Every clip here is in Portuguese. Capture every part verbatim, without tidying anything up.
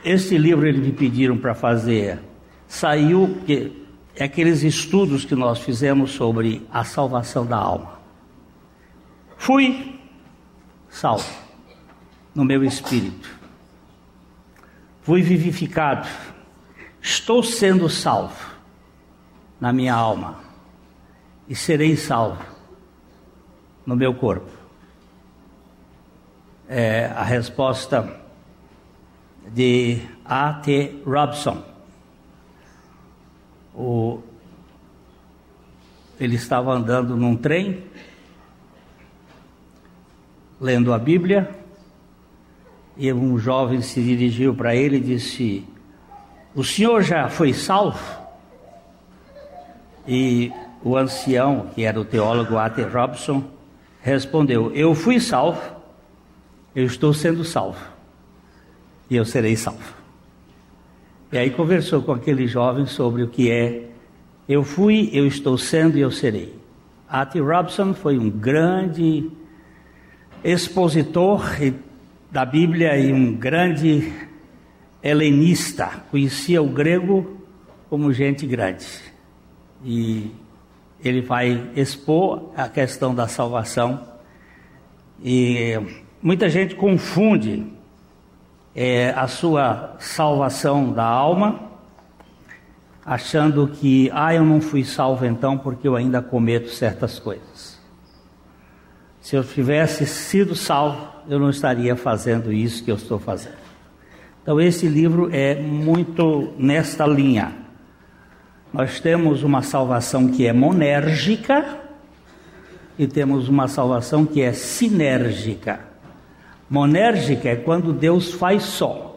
Este livro eles me pediram para fazer, saiu, que é aqueles estudos que nós fizemos sobre a salvação da alma. Fui salvo no meu espírito, fui vivificado, estou sendo salvo na minha alma e serei salvo no meu corpo. É a resposta de A T Robson. O, ele estava andando num trem, lendo a Bíblia, e um jovem se dirigiu para ele e disse: o senhor já foi salvo? E o ancião, que era o teólogo A T Robson, respondeu: eu fui salvo, eu estou sendo salvo, e eu serei salvo. E aí conversou com aquele jovem sobre o que é eu fui, eu estou sendo e eu serei. A T Robson foi um grande expositor da Bíblia e um grande helenista, conhecia o grego como gente grande. E ele vai expor a questão da salvação. E muita gente confunde é, a sua salvação da alma, achando que, ah, eu não fui salvo então porque eu ainda cometo certas coisas. Se eu tivesse sido salvo, eu não estaria fazendo isso que eu estou fazendo. Então esse livro é muito nesta linha. Nós temos uma salvação que é monérgica e temos uma salvação que é sinérgica. Monérgica é quando Deus faz só.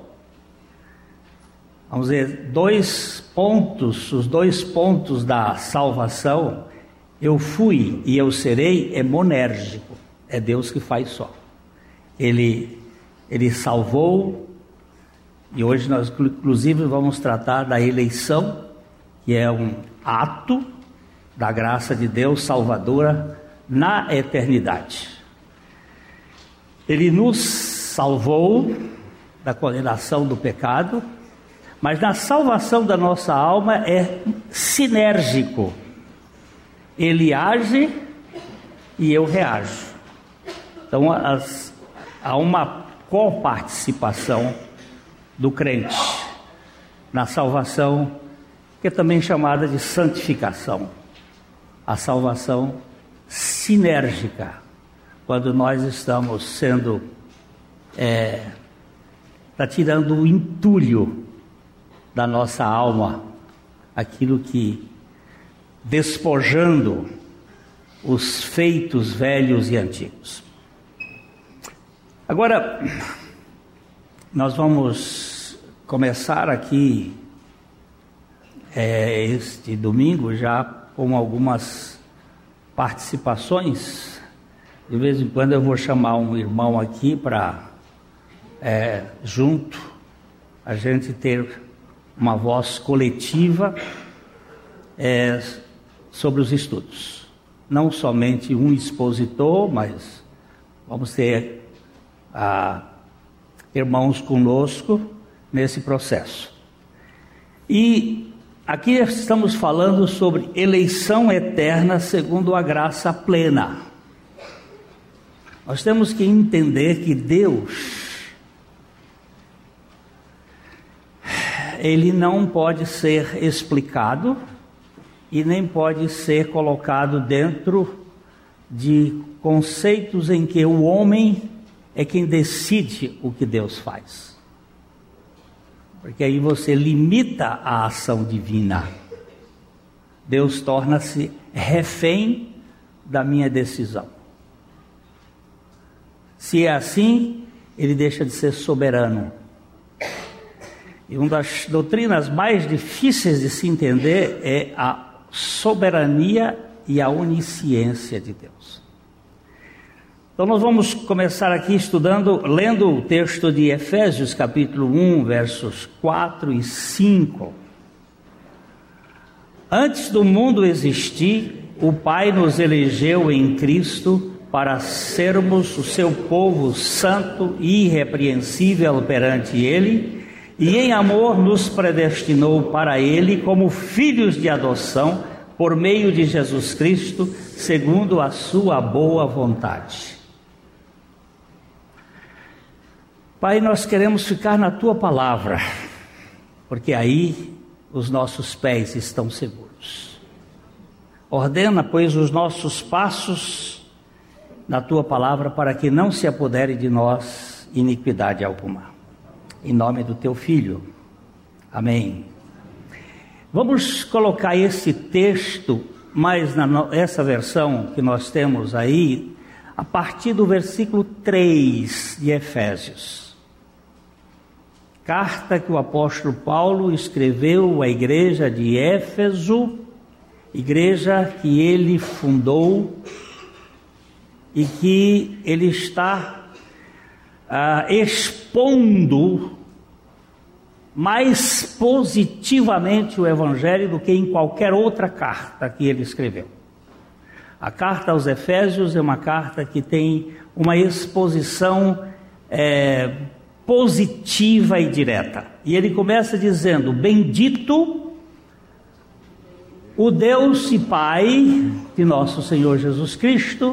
Vamos ver, dois pontos, os dois pontos da salvação, eu fui e eu serei, é monérgico. É Deus que faz só. Ele, ele salvou, e hoje nós inclusive vamos tratar da eleição, que é um ato da graça de Deus salvadora na eternidade. Ele nos salvou da condenação do pecado, mas na salvação da nossa alma é sinérgico. Ele age e eu reajo. Então as, há uma coparticipação do crente na salvação, que é também chamada de santificação. A salvação sinérgica, quando nós estamos sendo, é, tá tirando o entulho da nossa alma, aquilo que, despojando os feitos velhos e antigos. Agora, nós vamos começar aqui é, este domingo já com algumas participações. De vez em quando eu vou chamar um irmão aqui para, é, junto, a gente ter uma voz coletiva é, sobre os estudos. Não somente um expositor, mas vamos ter ah, irmãos conosco nesse processo. E aqui estamos falando sobre eleição eterna segundo a graça plena. Nós temos que entender que Deus, Ele não pode ser explicado e nem pode ser colocado dentro de conceitos em que o homem é quem decide o que Deus faz. Porque aí você limita a ação divina. Deus torna-se refém da minha decisão. Se é assim, ele deixa de ser soberano. E uma das doutrinas mais difíceis de se entender é a soberania e a onisciência de Deus. Então nós vamos começar aqui estudando, lendo o texto de Efésios capítulo um, versos quatro e cinco. Antes do mundo existir, o Pai nos elegeu em Cristo para sermos o seu povo santo e irrepreensível perante Ele, e em amor nos predestinou para Ele como filhos de adoção, por meio de Jesus Cristo, segundo a sua boa vontade. Pai, nós queremos ficar na Tua palavra, porque aí os nossos pés estão seguros. Ordena, pois, os nossos passos na Tua palavra, para que não se apodere de nós iniquidade alguma. Em nome do Teu Filho. Amém. Vamos colocar esse texto, mais na essa versão que nós temos aí, a partir do versículo três de Efésios. Carta que o apóstolo Paulo escreveu à igreja de Éfeso, igreja que ele fundou e que ele está ah, expondo mais positivamente o Evangelho do que em qualquer outra carta que ele escreveu. A carta aos Efésios é uma carta que tem uma exposição é, positiva e direta. E ele começa dizendo: bendito o Deus e Pai de nosso Senhor Jesus Cristo,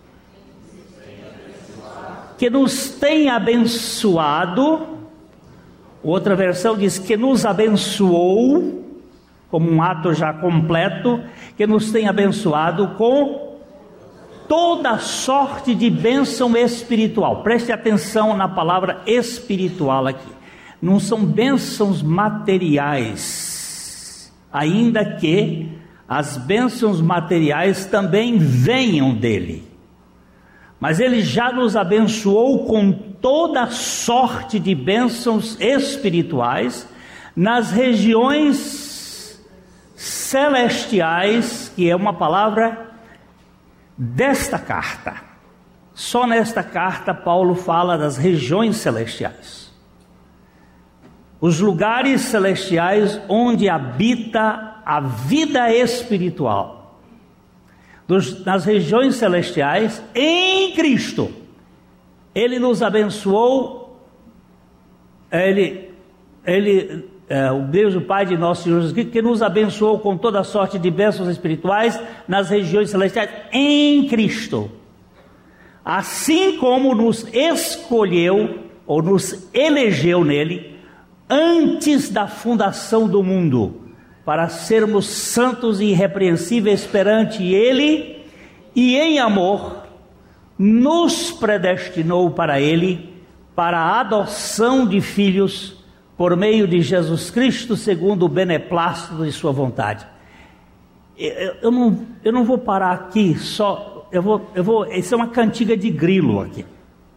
que nos tem abençoado. Outra versão diz que nos abençoou, como um ato já completo, que nos tem abençoado com toda sorte de bênção espiritual. Preste atenção na palavra espiritual aqui. Não são bênçãos materiais, ainda que as bênçãos materiais também venham dele. Mas ele já nos abençoou com toda sorte de bênçãos espirituais nas regiões celestiais, que é uma palavra desta carta. Só nesta carta Paulo fala das regiões celestiais. Os lugares celestiais onde habita a vida espiritual. Dos, nas regiões celestiais, em Cristo, Ele nos abençoou, Ele, ele é, o Deus, o Pai de nosso Senhor Jesus Cristo, que nos abençoou com toda sorte de bênçãos espirituais nas regiões celestiais, em Cristo, assim como nos escolheu, ou nos elegeu nele, antes da fundação do mundo, para sermos santos e irrepreensíveis perante Ele, e em amor nos predestinou para Ele, para a adoção de filhos, por meio de Jesus Cristo, segundo o beneplácito de sua vontade. Eu, eu, não, eu não vou parar aqui só, eu vou, eu vou, isso é uma cantiga de grilo aqui.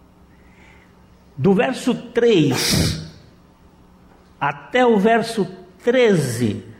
Do verso três até o verso treze,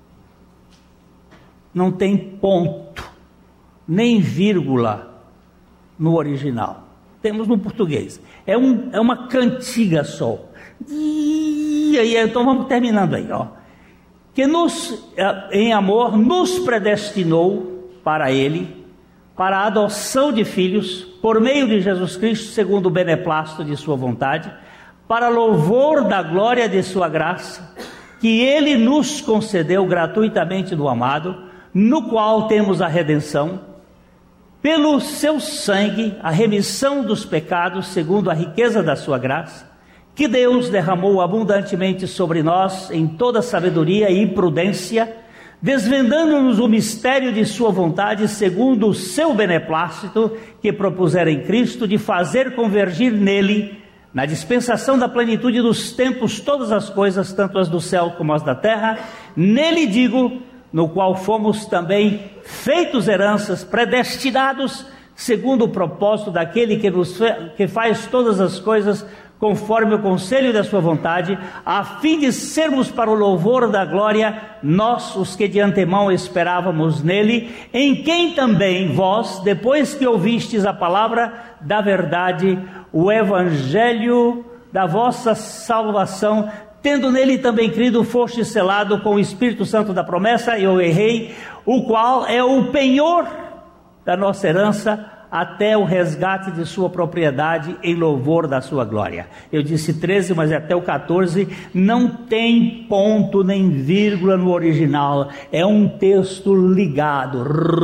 não tem ponto, nem vírgula no original. Temos no português. É, um, é uma cantiga só. E aí, então vamos terminando aí, ó. Que nos, em amor, nos predestinou para Ele, para a adoção de filhos, por meio de Jesus Cristo, segundo o beneplácito de sua vontade, para louvor da glória de sua graça, que Ele nos concedeu gratuitamente do amado, no qual temos a redenção, pelo seu sangue, a remissão dos pecados, segundo a riqueza da sua graça, que Deus derramou abundantemente sobre nós, em toda sabedoria e prudência, desvendando-nos o mistério de sua vontade, segundo o seu beneplácito, que propusera em Cristo, de fazer convergir nele, na dispensação da plenitude dos tempos, todas as coisas, tanto as do céu como as da terra. Nele digo, no qual fomos também feitos heranças, predestinados, segundo o propósito daquele que, nos, que faz todas as coisas conforme o conselho da sua vontade, a fim de sermos para o louvor da glória, nós, os que de antemão esperávamos nele, em quem também vós, depois que ouvistes a palavra da verdade, o evangelho da vossa salvação, tendo nele também crido, foste selado com o Espírito Santo da promessa, eu errei, o qual é o penhor da nossa herança, até o resgate de sua propriedade em louvor da sua glória. Eu disse treze, mas até o quatorze não tem ponto nem vírgula no original, é um texto ligado.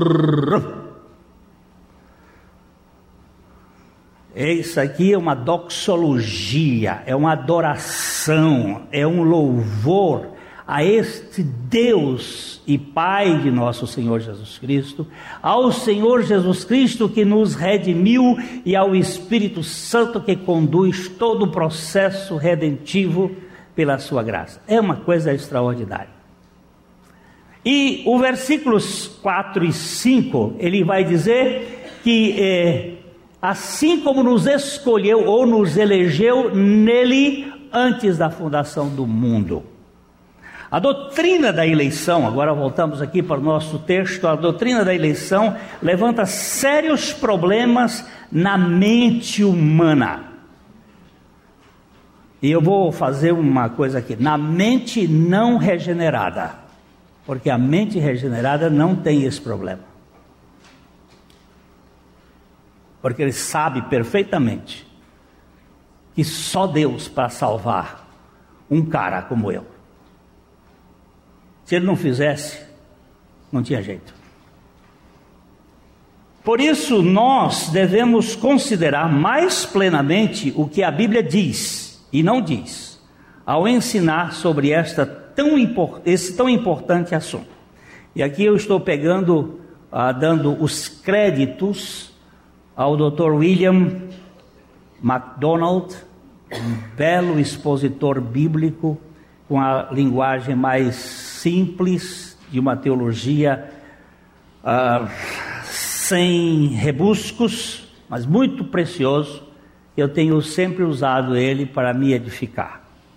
Isso aqui é uma doxologia, é uma adoração, é um louvor a este Deus e Pai de nosso Senhor Jesus Cristo, ao Senhor Jesus Cristo que nos redimiu e ao Espírito Santo que conduz todo o processo redentivo pela sua graça. É uma coisa extraordinária. E o versículos quatro e cinco, ele vai dizer que eh, assim como nos escolheu ou nos elegeu nele antes da fundação do mundo. A doutrina da eleição, agora voltamos aqui para o nosso texto, a doutrina da eleição levanta sérios problemas na mente humana. E eu vou fazer uma coisa aqui, na mente não regenerada, porque a mente regenerada não tem esse problema. Porque ele sabe perfeitamente que só Deus para salvar um cara como eu. Se ele não fizesse, não tinha jeito. Por isso, nós devemos considerar mais plenamente o que a Bíblia diz e não diz, ao ensinar sobre esta tão import- esse tão importante assunto. E aqui eu estou pegando, ah, dando os créditos ao doutor William MacDonald, um belo expositor bíblico, com a linguagem mais simples, de uma teologia uh, sem rebuscos, mas muito precioso. Eu tenho sempre usado ele para me edificar.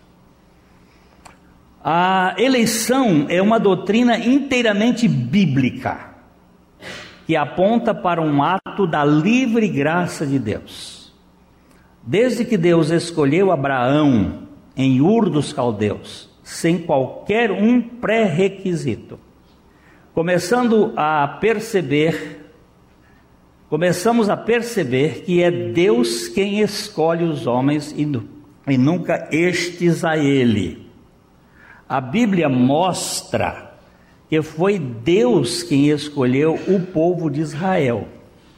A eleição é uma doutrina inteiramente bíblica, que aponta para um ato da livre graça de Deus. Desde que Deus escolheu Abraão em Ur dos Caldeus, sem qualquer um pré-requisito, começando a perceber, começamos a perceber que é Deus quem escolhe os homens e, e nunca estes a Ele. A Bíblia mostra que foi Deus quem escolheu o povo de Israel.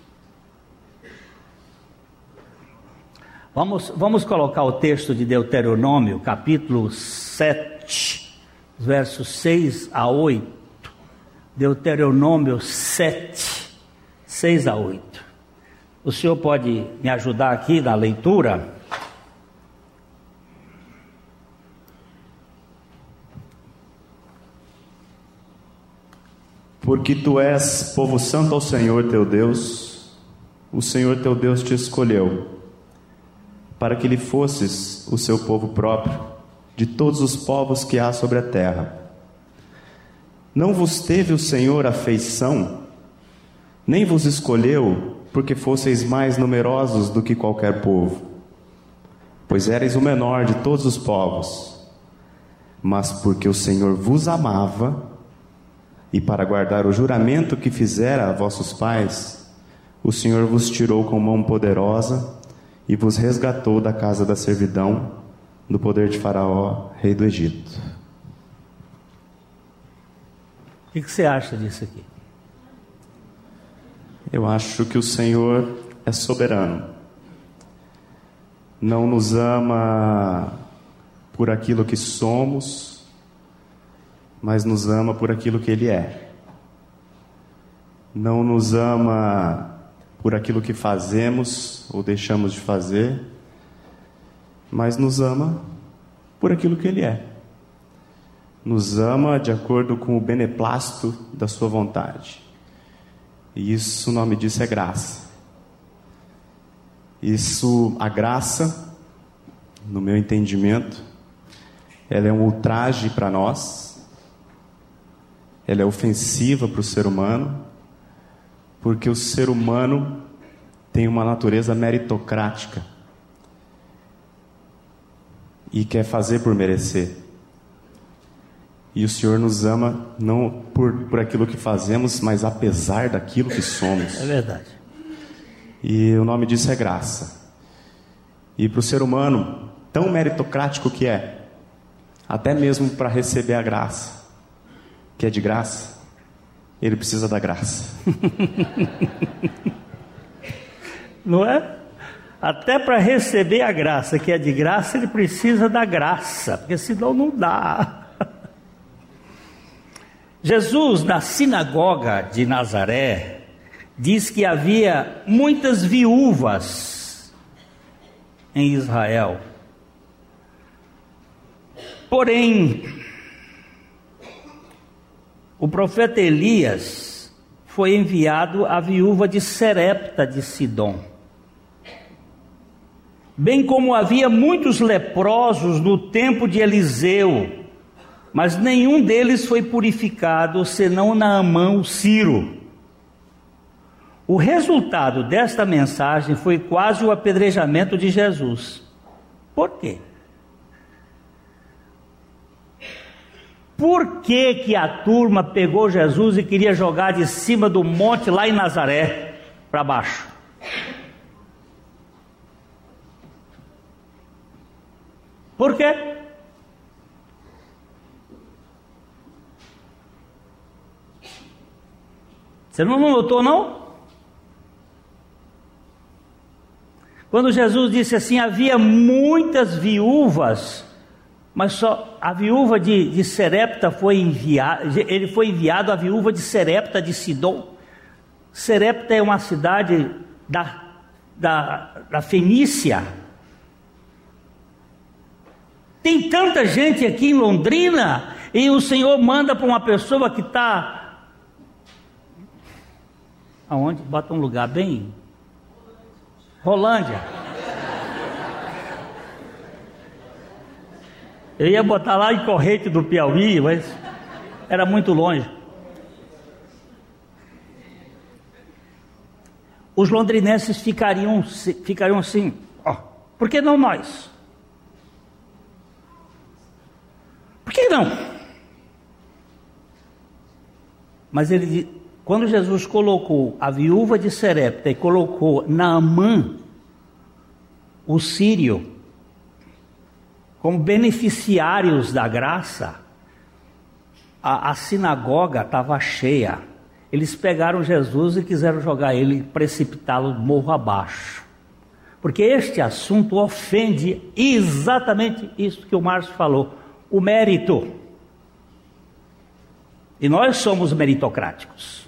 Vamos, vamos colocar o texto de Deuteronômio, capítulo sete, versos seis a oito. Deuteronômio sete, seis a oito. O senhor pode me ajudar aqui na leitura? Porque tu és povo santo ao Senhor teu Deus, o Senhor teu Deus te escolheu, para que lhe fosses o seu povo próprio, de todos os povos que há sobre a terra. Não vos teve o Senhor afeição, nem vos escolheu, porque fosseis mais numerosos do que qualquer povo, pois éreis o menor de todos os povos, mas porque o Senhor vos amava, e para guardar o juramento que fizera a vossos pais, o Senhor vos tirou com mão poderosa, e vos resgatou da casa da servidão, do poder de Faraó, rei do Egito. O que, que você acha disso aqui? Eu acho que o Senhor é soberano. Não nos ama por aquilo que somos, mas nos ama por aquilo que Ele é. Não nos ama por aquilo que fazemos ou deixamos de fazer, mas nos ama por aquilo que Ele é. Nos ama de acordo com o beneplácito da sua vontade. E isso, o nome disso é graça. Isso, a graça, no meu entendimento, ela é um ultraje para nós, ela é ofensiva para o ser humano, porque o ser humano tem uma natureza meritocrática e quer fazer por merecer. E o Senhor nos ama não por, por aquilo que fazemos, mas apesar daquilo que somos. É verdade. E o nome disso é graça. E para o ser humano, tão meritocrático que é, até mesmo para receber a graça, que é de graça, ele precisa da graça. Não é? Até para receber a graça, que é de graça, ele precisa da graça, porque senão não dá. Jesus, na sinagoga de Nazaré, diz que havia muitas viúvas em Israel. Porém, o profeta Elias foi enviado à viúva de Serepta de Sidom. Bem como havia muitos leprosos no tempo de Eliseu, mas nenhum deles foi purificado, senão Naamã o Sírio. O resultado desta mensagem foi quase o apedrejamento de Jesus. Por quê? Por que que a turma pegou Jesus e queria jogar de cima do monte lá em Nazaré para baixo? Por quê? Você não notou, não? Quando Jesus disse assim, havia muitas viúvas, mas só a viúva de, de Serepta foi enviada, ele foi enviado à viúva de Serepta de Sidom. Serepta é uma cidade da, da, da Fenícia. Tem tanta gente aqui em Londrina, e o Senhor manda para uma pessoa que está... Aonde? Bota um lugar bem... Rolândia. Eu ia botar lá em Corrente do Piauí, mas era muito longe. Os londrinenses ficariam, ficariam assim, ó, por que não nós? Por que não? Mas ele, quando Jesus colocou a viúva de Serepta e colocou Naamã, o sírio, como beneficiários da graça, a, a sinagoga estava cheia. Eles pegaram Jesus e quiseram jogar ele, precipitá-lo morro abaixo. Porque este assunto ofende exatamente isso que o Márcio falou, o mérito. E nós somos meritocráticos.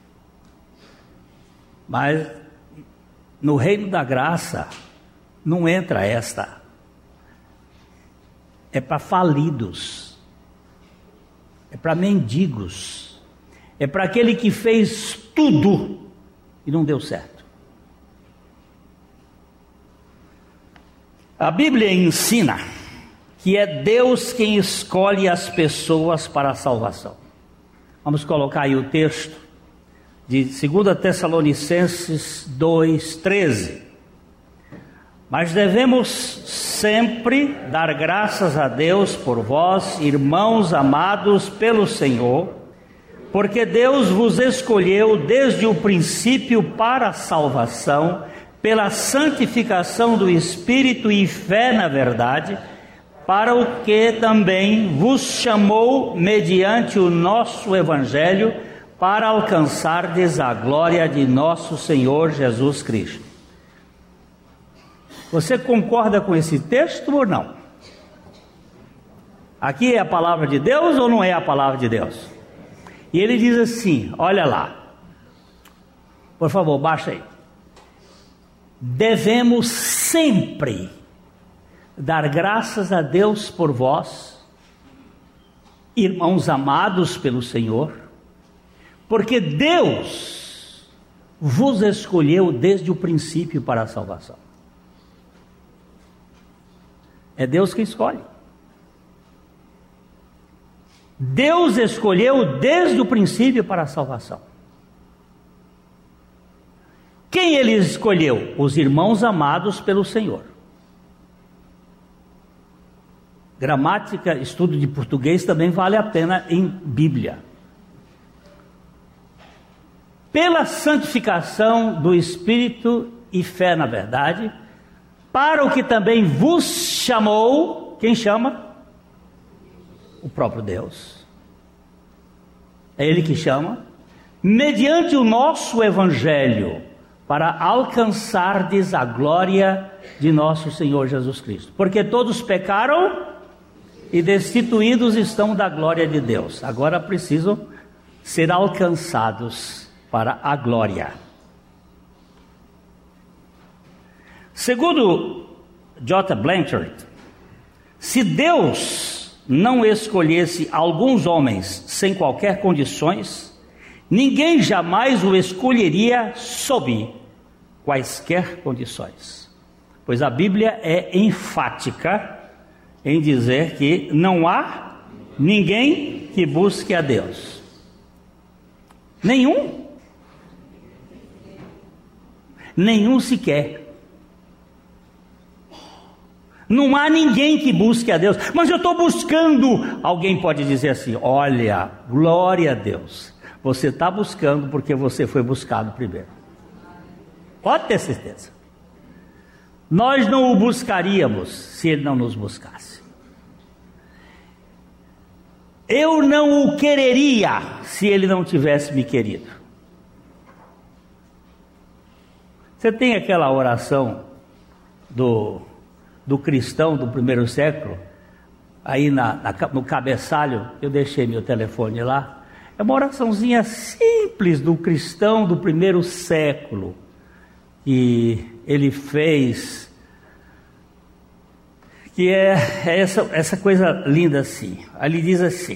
Mas no reino da graça não entra esta. É para falidos. É para mendigos. É para aquele que fez tudo e não deu certo. A Bíblia ensina que é Deus quem escolhe as pessoas para a salvação. Vamos colocar aí o texto de segunda Tessalonicenses dois, treze. Mas devemos sempre dar graças a Deus por vós, irmãos amados pelo Senhor, porque Deus vos escolheu desde o princípio para a salvação, pela santificação do Espírito e fé na verdade, para o que também vos chamou mediante o nosso Evangelho, para alcançardes a glória de nosso Senhor Jesus Cristo. Você concorda com esse texto ou não? Aqui é a palavra de Deus ou não é a palavra de Deus? E ele diz assim, olha lá, por favor, baixa aí. Devemos sempre dar graças a Deus por vós, irmãos amados pelo Senhor, porque Deus vos escolheu desde o princípio para a salvação. É Deus quem escolhe. Deus escolheu desde o princípio para a salvação. Quem ele escolheu? Os irmãos amados pelo Senhor. Gramática, estudo de português também vale a pena em Bíblia. Pela santificação do Espírito e fé na verdade, para o que também vos chamou, quem chama? O próprio Deus. É Ele que chama, mediante o nosso Evangelho, para alcançardes a glória de nosso Senhor Jesus Cristo. Porque todos pecaram e destituídos estão da glória de Deus. Agora precisam ser alcançados para a glória. Segundo J. Blanchard, se Deus não escolhesse alguns homens sem qualquer condições, ninguém jamais o escolheria sob quaisquer condições. Pois a Bíblia é enfática em dizer que não há ninguém que busque a Deus. Nenhum. Nenhum sequer. Não há ninguém que busque a Deus. Mas eu estou buscando. Alguém pode dizer assim: olha, glória a Deus. Você está buscando porque você foi buscado primeiro. Pode ter certeza. Nós não o buscaríamos se Ele não nos buscasse. Eu não o quereria se Ele não tivesse me querido. Você tem aquela oração do, do cristão do primeiro século, aí na, na, no cabeçalho, eu deixei meu telefone lá. É uma oraçãozinha simples do cristão do primeiro século, que ele fez, que é, é essa, essa coisa linda assim. Ali diz assim: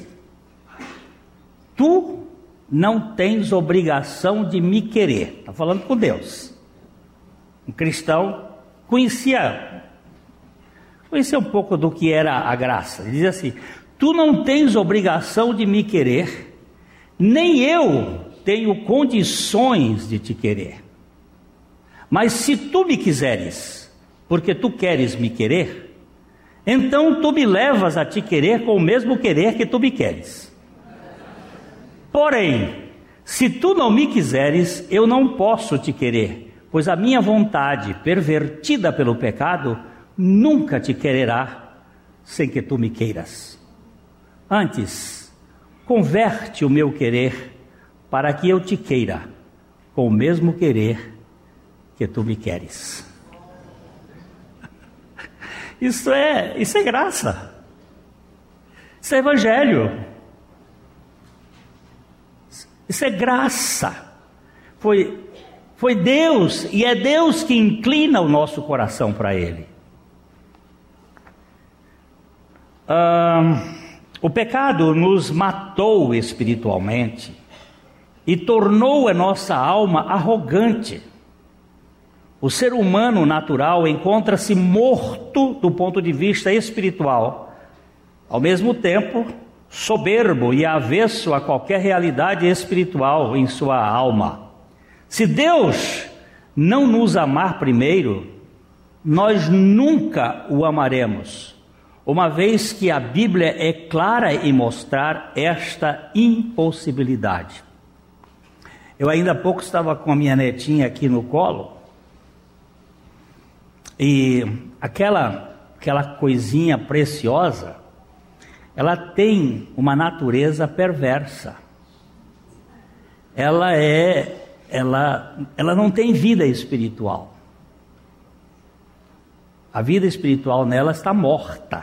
tu não tens obrigação de me querer. Está falando com Deus. Um cristão conhecia, conhecia um pouco do que era a graça. Ele diz assim: tu não tens obrigação de me querer, nem eu tenho condições de te querer. Mas se tu me quiseres, porque tu queres me querer, então tu me levas a te querer com o mesmo querer que tu me queres. Porém, se tu não me quiseres, eu não posso te querer, pois a minha vontade, pervertida pelo pecado, nunca te quererá sem que tu me queiras. Antes, converte o meu querer para que eu te queira com o mesmo querer que tu me queres. Isso é, isso é graça. Isso é evangelho. Isso é graça. Foi, foi Deus, e é Deus que inclina o nosso coração para Ele. Ah, o pecado nos matou espiritualmente e tornou a nossa alma arrogante. O ser humano natural encontra-se morto do ponto de vista espiritual, ao mesmo tempo soberbo e avesso a qualquer realidade espiritual em sua alma. Se Deus não nos amar primeiro, nós nunca o amaremos, uma vez que a Bíblia é clara em mostrar esta impossibilidade. Eu ainda há pouco estava com a minha netinha aqui no colo, e aquela, aquela coisinha preciosa, ela tem uma natureza perversa. Ela é, ela, ela não tem vida espiritual. A vida espiritual nela está morta.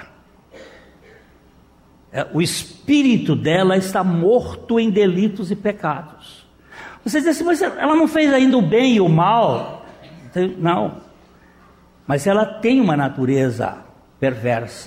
O espírito dela está morto em delitos e pecados. Você diz assim: mas ela não fez ainda o bem e o mal? Não. Mas ela tem uma natureza perversa.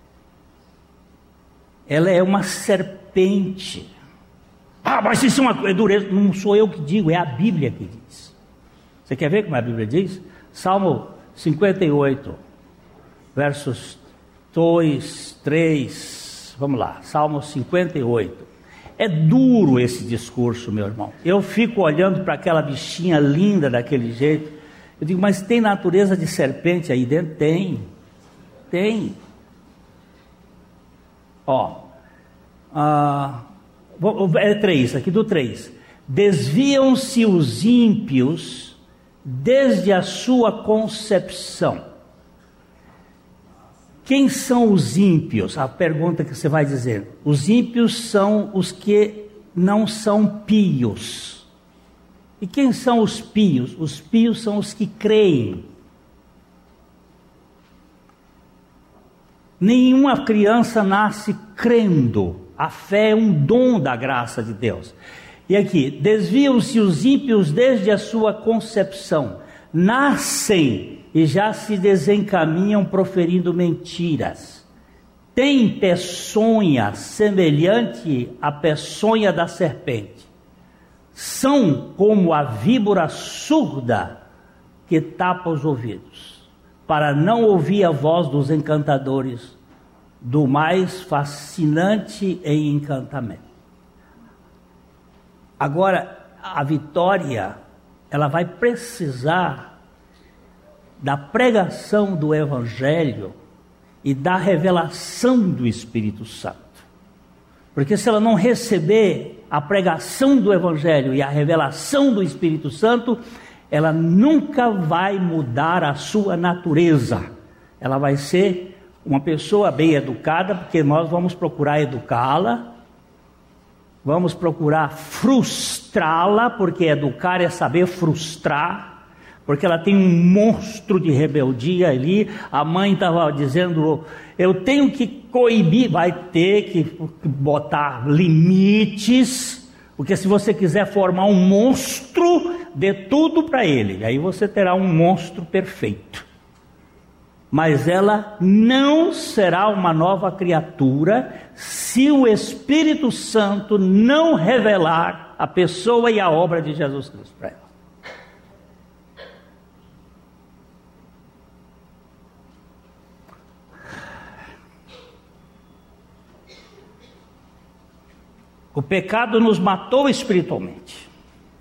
Ela é uma serpente. Ah, mas isso é uma dureza. Não sou eu que digo, é a Bíblia que diz. Você quer ver como a Bíblia diz? Salmo cinquenta e oito, versos dois, três. Vamos lá, Salmo cinquenta e oito. É duro esse discurso, meu irmão. Eu fico olhando para aquela bichinha linda daquele jeito. Eu digo: mas tem natureza de serpente aí dentro? Tem, tem. Ó, ah, é três, aqui do três. Desviam-se os ímpios desde a sua concepção. Quem são os ímpios? A pergunta que você vai dizer. Os ímpios são os que não são pios. E quem são os pios? Os pios são os que creem. Nenhuma criança nasce crendo. A fé é um dom da graça de Deus. E aqui, desviam-se os ímpios desde a sua concepção. Nascem e já se desencaminham proferindo mentiras. Têm peçonha semelhante à peçonha da serpente. São como a víbora surda que tapa os ouvidos, para não ouvir a voz dos encantadores, do mais fascinante em encantamento. Agora, a vitória, ela vai precisar da pregação do Evangelho e da revelação do Espírito Santo. Porque se ela não receber a pregação do Evangelho e a revelação do Espírito Santo, ela nunca vai mudar a sua natureza. Ela vai ser uma pessoa bem educada, porque nós vamos procurar educá-la, vamos procurar frustrá-la, porque educar é saber frustrar, porque ela tem um monstro de rebeldia ali. A mãe estava dizendo, eu tenho que coibir, vai ter que botar limites, porque se você quiser formar um monstro, dê tudo para ele, aí você terá um monstro perfeito. Mas ela não será uma nova criatura se o Espírito Santo não revelar a pessoa e a obra de Jesus Cristo para ela. O pecado nos matou espiritualmente.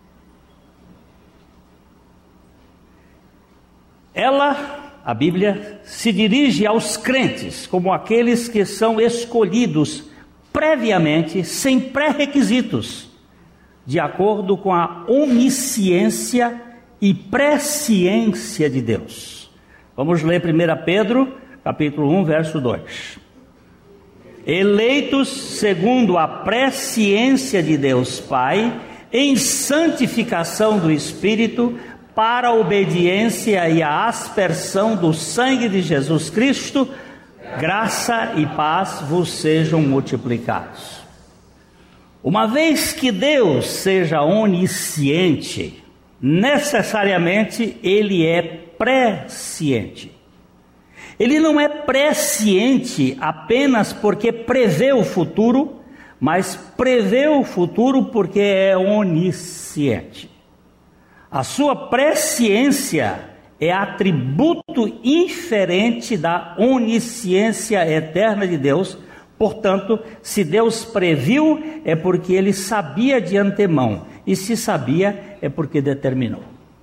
Ela, a Bíblia, se dirige aos crentes como aqueles que são escolhidos previamente, sem pré-requisitos, de acordo com a onisciência e presciência de Deus. Vamos ler primeira Pedro, capítulo um, verso dois. Eleitos segundo a presciência de Deus Pai, em santificação do Espírito, para a obediência e a aspersão do sangue de Jesus Cristo, graça e paz vos sejam multiplicados. Uma vez que Deus seja onisciente, necessariamente Ele é presciente. Ele não é presciente apenas porque prevê o futuro, mas prevê o futuro porque é onisciente. A sua presciência é atributo inferente da onisciência eterna de Deus. Portanto, se Deus previu, é porque Ele sabia de antemão. E se sabia, é porque determinou.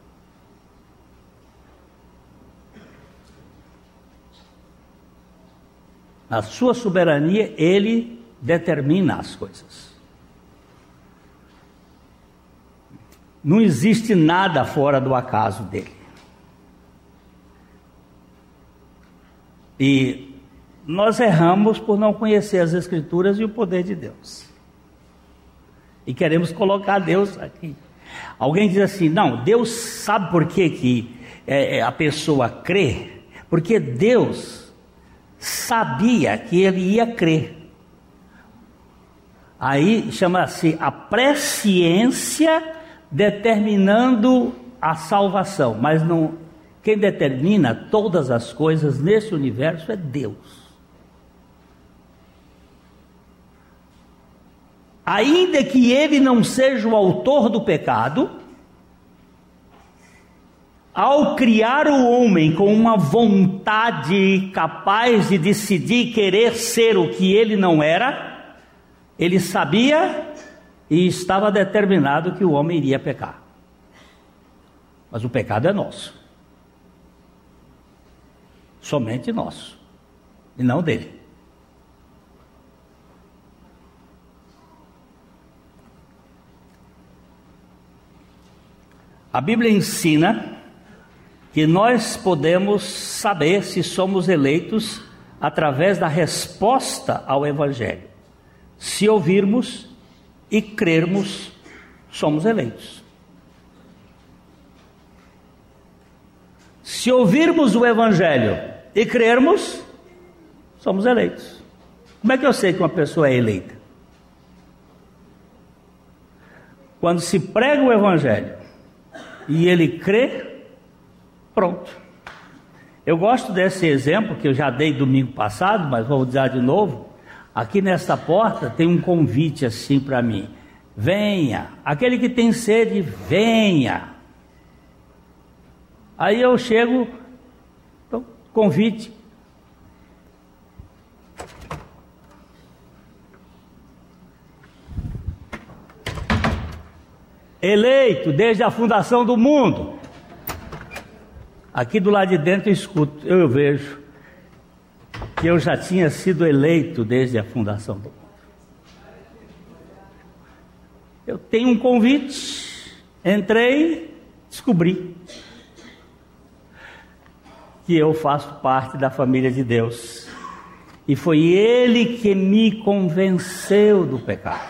Na sua soberania, Ele determina as coisas. Não existe nada fora do acaso dele. E nós erramos por não conhecer as Escrituras e o poder de Deus. E queremos colocar Deus aqui. Alguém diz assim, não, Deus sabe por que, que é, a pessoa crê? Porque Deus sabia que ele ia crer. Aí chama-se a presciência determinando a salvação, mas não, quem determina todas as coisas nesse universo é Deus. Ainda que ele não seja o autor do pecado, ao criar o homem com uma vontade capaz de decidir querer ser o que ele não era, ele sabia e estava determinado que o homem iria pecar. Mas o pecado é nosso. Somente nosso. E não dele. A Bíblia ensina que nós podemos saber se somos eleitos através da resposta ao Evangelho. Se ouvirmos e crermos, somos eleitos. Se ouvirmos o Evangelho e crermos, somos eleitos. Como é que eu sei que uma pessoa é eleita? Quando se prega o Evangelho e ele crê, pronto. Eu gosto desse exemplo que eu já dei domingo passado, mas vou usar de novo. Aqui nesta porta tem um convite assim para mim: venha, aquele que tem sede, venha. Aí eu chego, então, convite. Eleito desde a fundação do mundo. Aqui do lado de dentro eu escuto, eu vejo que eu já tinha sido eleito desde a fundação do mundo. Eu tenho um convite, entrei, descobri que eu faço parte da família de Deus. E foi Ele que me convenceu do pecado.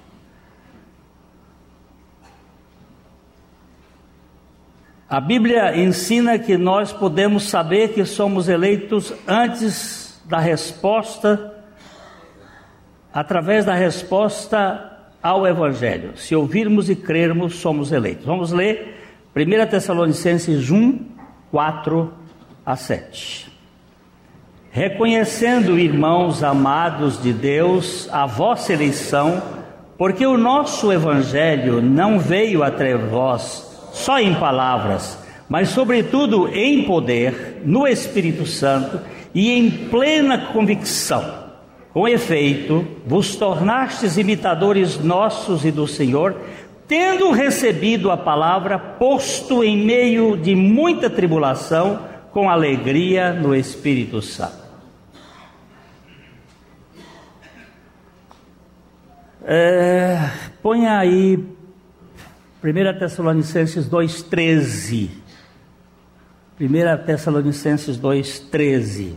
A Bíblia ensina que nós podemos saber que somos eleitos antes da resposta, através da resposta ao Evangelho. Se ouvirmos e crermos, somos eleitos. Vamos ler primeira Tessalonicenses um, quatro a sete. Reconhecendo, irmãos amados de Deus, a vossa eleição, porque o nosso Evangelho não veio até vós só em palavras, mas sobretudo em poder, no Espírito Santo e em plena convicção. Com efeito, vos tornastes imitadores nossos e do Senhor, tendo recebido a palavra, posto em meio de muita tribulação, com alegria no Espírito Santo. É, põe aí primeira Tessalonicenses dois, treze. primeira Tessalonicenses dois, treze.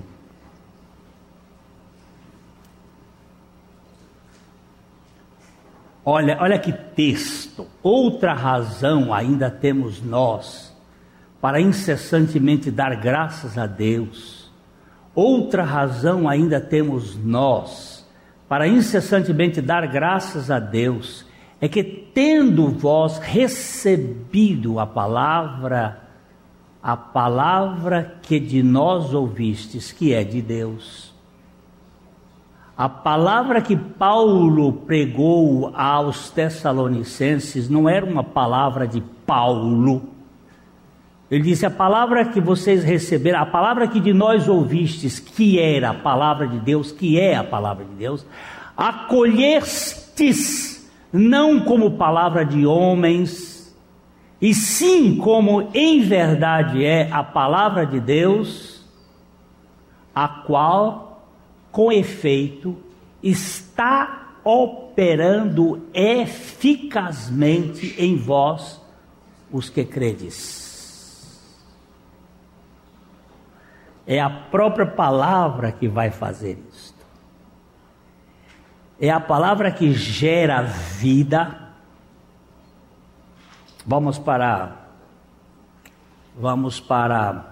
Olha, olha que texto. Outra razão ainda temos nós para incessantemente dar graças a Deus. Outra razão ainda temos nós para incessantemente dar graças a Deus. É que tendo vós recebido a palavra, a palavra que de nós ouvistes, que é de Deus. A palavra que Paulo pregou aos Tessalonicenses não era uma palavra de Paulo. Ele disse: a palavra que vocês receberam, a palavra que de nós ouvistes, que era a palavra de Deus, que é a palavra de Deus, acolhestes, não como palavra de homens, e sim como em verdade é a palavra de Deus, a qual, com efeito, está operando eficazmente em vós, os que credes. É a própria palavra que vai fazer isso. É a palavra que gera vida. Vamos para, vamos para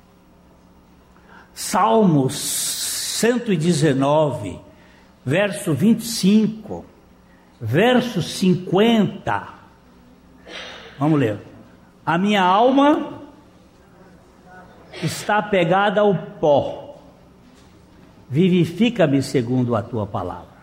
Salmos cento e dezenove, verso vinte e cinco, verso cinquenta. Vamos ler. A minha alma está pegada ao pó, vivifica-me segundo a tua palavra.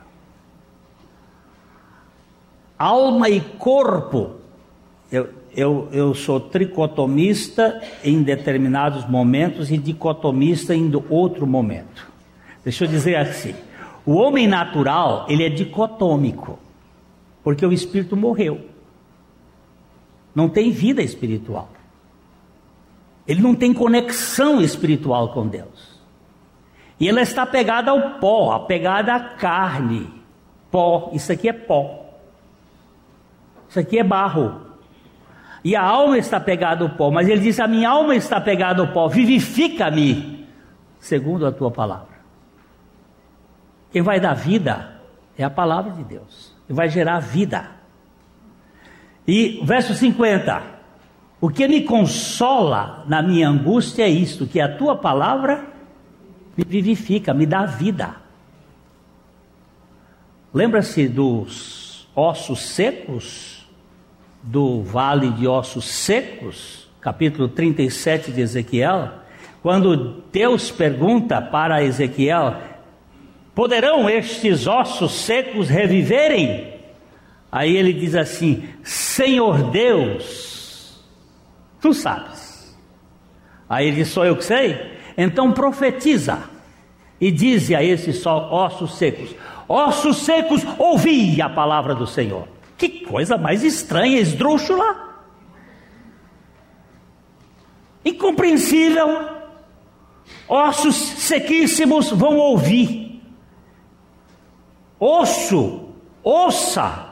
Alma e corpo, eu, eu, eu sou tricotomista em determinados momentos e dicotomista em outro momento. Deixa eu dizer assim, o homem natural, ele é dicotômico, porque o espírito morreu, não tem vida espiritual, ele não tem conexão espiritual com Deus, e ela está pegada ao pó, apegada à carne, pó, isso aqui é pó. Isso aqui é barro. e a alma está pegada ao pó. Mas ele diz: a minha alma está pegada ao pó, vivifica-me segundo a tua palavra. Quem vai dar vida é a palavra de Deus, que vai gerar vida. E verso cinquenta: o que me consola na minha angústia é isto, que a tua palavra me vivifica, me dá vida. Lembra-se dos ossos secos, do vale de ossos secos, capítulo trinta e sete de Ezequiel, quando Deus pergunta para Ezequiel: poderão estes ossos secos reviverem? Aí ele diz assim: Senhor Deus, tu sabes. Aí ele diz: sou eu que sei? Então profetiza e dize a esses ossos secos: ossos secos, ouvi a palavra do Senhor. Que coisa mais estranha, esdrúxula, incompreensível. Ossos sequíssimos vão ouvir. Osso, ouça.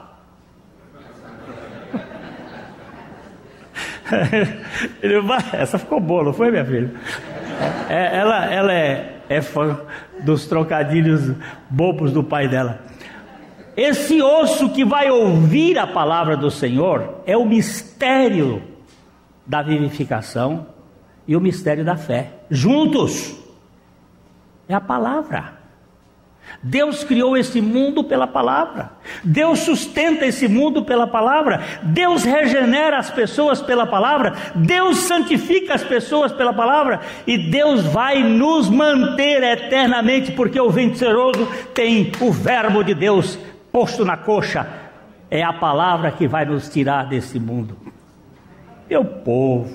Essa ficou boa, não foi, minha filha? É, ela ela é, é fã dos trocadilhos bobos do pai dela. Esse osso que vai ouvir a palavra do Senhor é o mistério da vivificação e o mistério da fé. Juntos, é a palavra. Deus criou esse mundo pela palavra. Deus sustenta esse mundo pela palavra. Deus regenera as pessoas pela palavra. Deus santifica as pessoas pela palavra. E Deus vai nos manter eternamente, porque o vencedor tem o verbo de Deus posto na coxa. É a palavra que vai nos tirar desse mundo. Meu povo,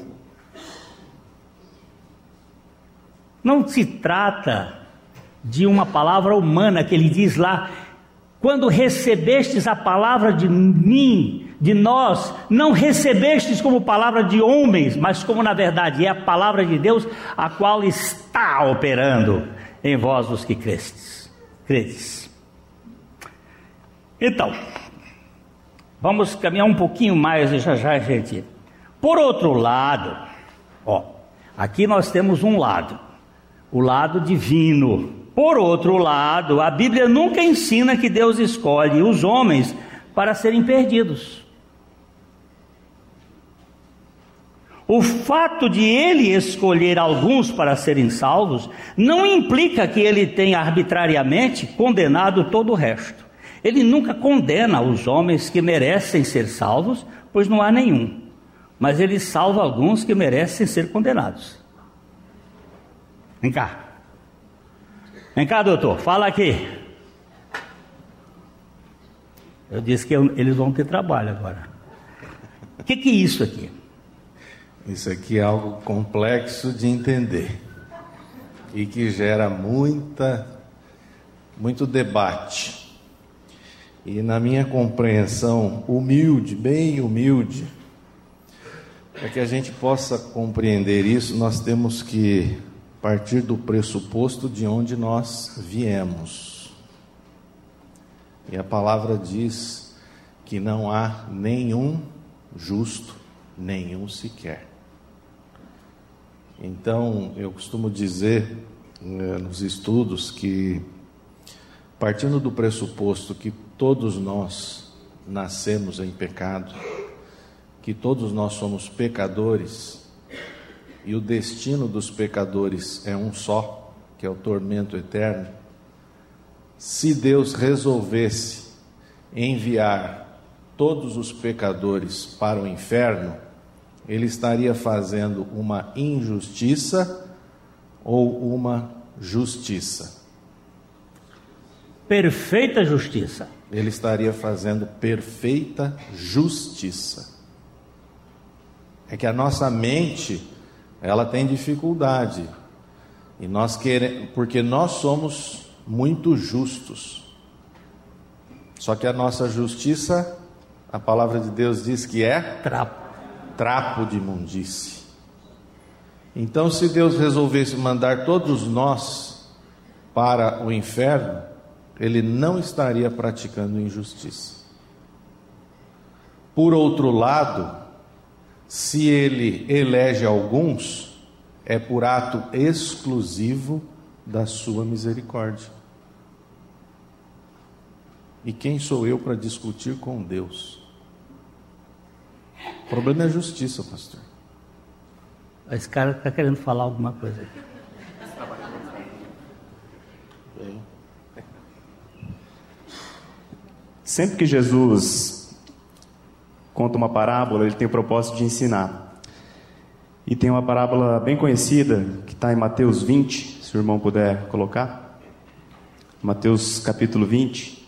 não se trata de uma palavra humana, que ele diz lá: quando recebestes a palavra de mim, de nós, não recebestes como palavra de homens, mas como na verdade é a palavra de Deus, a qual está operando em vós os que crestes, credes. Então, vamos caminhar um pouquinmo mais e já já, gente. Por outro lado, ó, aqui nós temos um lado, o lado divino. Por outro lado, a Bíblia nunca ensina que Deus escolhe os homens para serem perdidos. O fato de Ele escolher alguns para serem salvos não implica que Ele tenha arbitrariamente condenado todo o resto. Ele nunca condena os homens que merecem ser salvos, pois não há nenhum. Mas Ele salva alguns que merecem ser condenados. Vem cá. Vem cá, doutor, fala aqui. Eu disse que eu, eles vão ter trabalho agora. O que, que é isso aqui? Isso aqui é algo complexo de entender e que gera muita, muito debate. E na minha compreensão humilde, bem humilde, para que a gente possa compreender isso, nós temos que partir do pressuposto de onde nós viemos. E a palavra diz que não há nenhum justo, nenhum sequer. Então, eu costumo dizer eh, nos estudos que, partindo do pressuposto que todos nós nascemos em pecado, que todos nós somos pecadores, e o destino dos pecadores é um só, que é o tormento eterno. Se Deus resolvesse enviar todos os pecadores para o inferno, Ele estaria fazendo uma injustiça ou uma justiça? Perfeita justiça. Ele estaria fazendo perfeita justiça. É que a nossa mente, ela tem dificuldade, e nós queremos, porque nós somos muito justos, só que a nossa justiça, a palavra de Deus diz que é trapo, trapo de imundície. Então, se Deus resolvesse mandar todos nós para o inferno, Ele não estaria praticando injustiça. Por outro lado, Se ele elege alguns, é por ato exclusivo da sua misericórdia. E quem sou eu para discutir com Deus? O problema é a justiça, pastor. Esse cara está querendo falar alguma coisa aqui. Sempre que Jesus conta uma parábola, ele tem o propósito de ensinar. E tem uma parábola bem conhecida, que está em Mateus vinte, se o irmão puder colocar. Mateus capítulo vinte.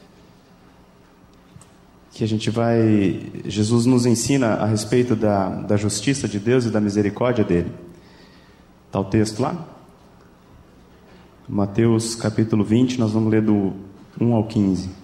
Que a gente vai... Jesus nos ensina a respeito da, da justiça de Deus e da misericórdia dele. Está o texto lá? Mateus capítulo vinte, nós vamos ler do um ao quinze.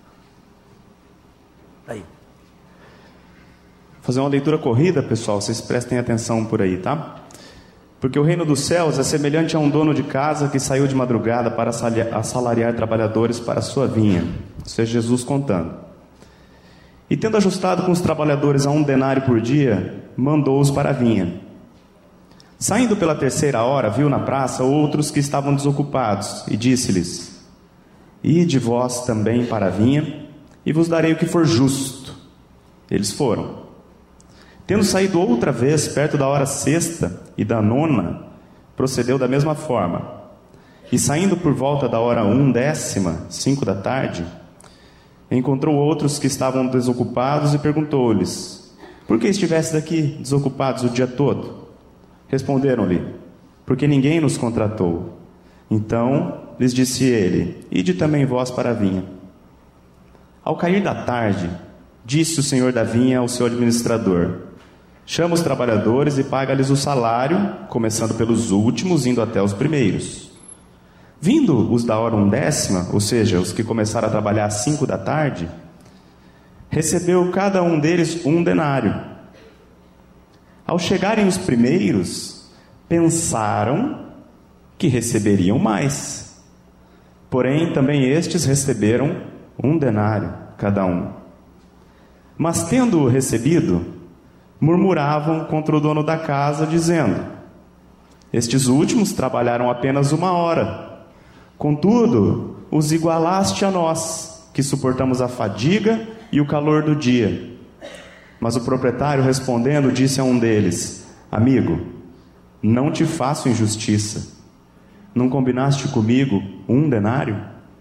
Aí. Vou fazer uma leitura corrida, pessoal, vocês prestem atenção por aí, tá? Porque o reino dos céus é semelhante a um dono de casa que saiu de madrugada para assalariar trabalhadores para a sua vinha. Isso é Jesus contando. E tendo ajustado com os trabalhadores a um denário por dia, mandou-os para a vinha. Saindo pela terceira hora, viu na praça outros que estavam desocupados, e disse-lhes: Ide vós também para a vinha, e vos darei o que for justo. Eles foram. Tendo saído outra vez, perto da hora sexta e da nona, procedeu da mesma forma. E saindo por volta da hora undécima, cinco da tarde, encontrou outros que estavam desocupados e perguntou-lhes: Por que estivestes aqui desocupados o dia todo? Responderam-lhe: Porque ninguém nos contratou. Então lhes disse ele: Ide também vós para a vinha. Ao cair da tarde, disse o senhor da vinha ao seu administrador: Chama os trabalhadores e paga-lhes o salário, começando pelos últimos, indo até os primeiros. Vindo os da hora undécima, ou seja, os que começaram a trabalhar às cinco da tarde, recebeu cada um deles um denário. Ao chegarem os primeiros, pensaram que receberiam mais. Porém, também estes receberam um denário cada um. Mas tendo-o recebido, murmuravam contra o dono da casa, dizendo: Estes últimos trabalharam apenas uma hora. Contudo, os igualaste a nós, que suportamos a fadiga e o calor do dia. Mas o proprietário, respondendo, disse a um deles: Amigo, não te faço injustiça. Não combinaste comigo um denário?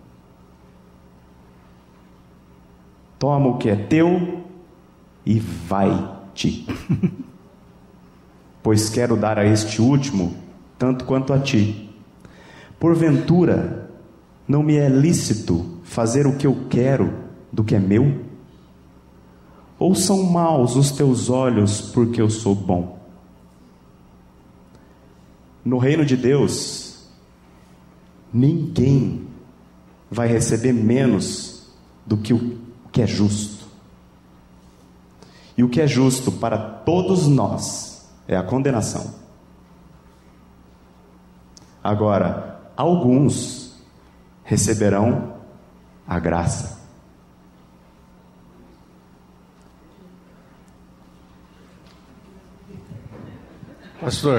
Toma o que é teu e vai-te. Pois quero dar a este último tanto quanto a ti. Porventura, não me é lícito fazer o que eu quero do que é meu? Ou são maus os teus olhos porque eu sou bom? No reino de Deus, ninguém vai receber menos do que o que é justo. E o que é justo para todos nós é a condenação. Agora, alguns receberão a graça. Pastor,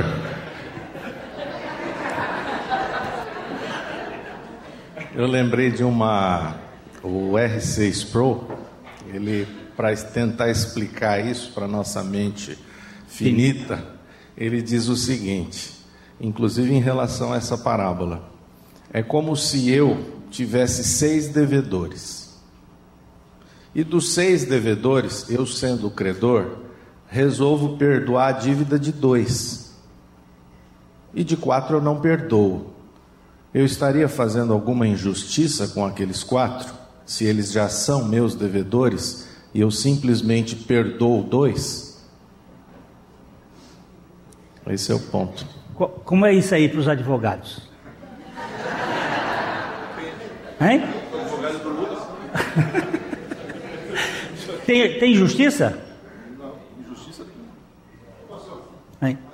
eu lembrei de uma, o R seis Pro, ele, para tentar explicar isso para nossa mente finita, ele diz o seguinte, inclusive em relação a essa parábola: é como se eu tivesse seis devedores, e dos seis devedores, eu sendo o credor, resolvo perdoar a dívida de dois, e de quatro eu não perdoo. Eu estaria fazendo alguma injustiça com aqueles quatro, se eles já são meus devedores, e eu simplesmente perdoo dois? Esse é o ponto. Como é isso aí para os advogados? Hein? Tem, tem justiça? Não, injustiça não. Hein?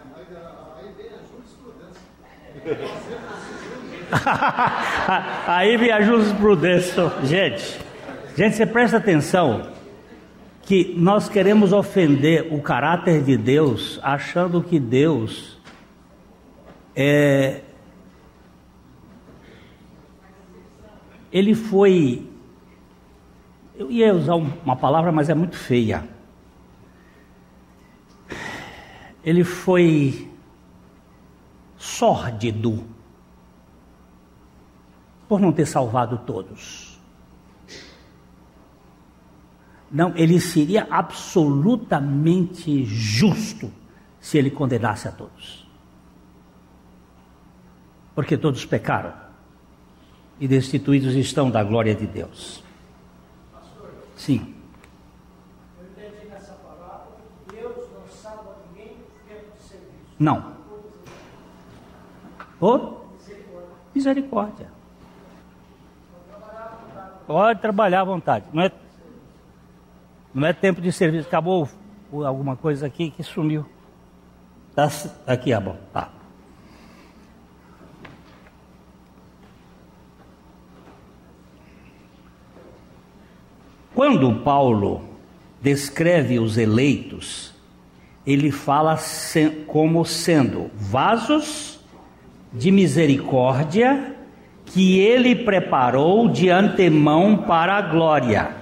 Aí vem a jurisprudência. Gente, gente, você presta atenção que nós queremos ofender o caráter de Deus, achando que Deus é... Ele foi... Eu ia usar uma palavra, mas é muito feia. Ele foi sórdido por não ter salvado todos. Não, ele seria absolutamente justo se ele condenasse a todos. Porque todos pecaram e destituídos estão da glória de Deus. Pastor, sim. Eu entendi nessa palavra que Deus não salva ninguém por tempo de serviço. Não. Por misericórdia. Pode trabalhar à vontade. Não é, não é tempo de serviço. Acabou alguma coisa aqui que sumiu. Tá aqui, ah, bom. Tá. Quando Paulo descreve os eleitos, ele fala se, como sendo vasos de misericórdia que ele preparou de antemão para a glória.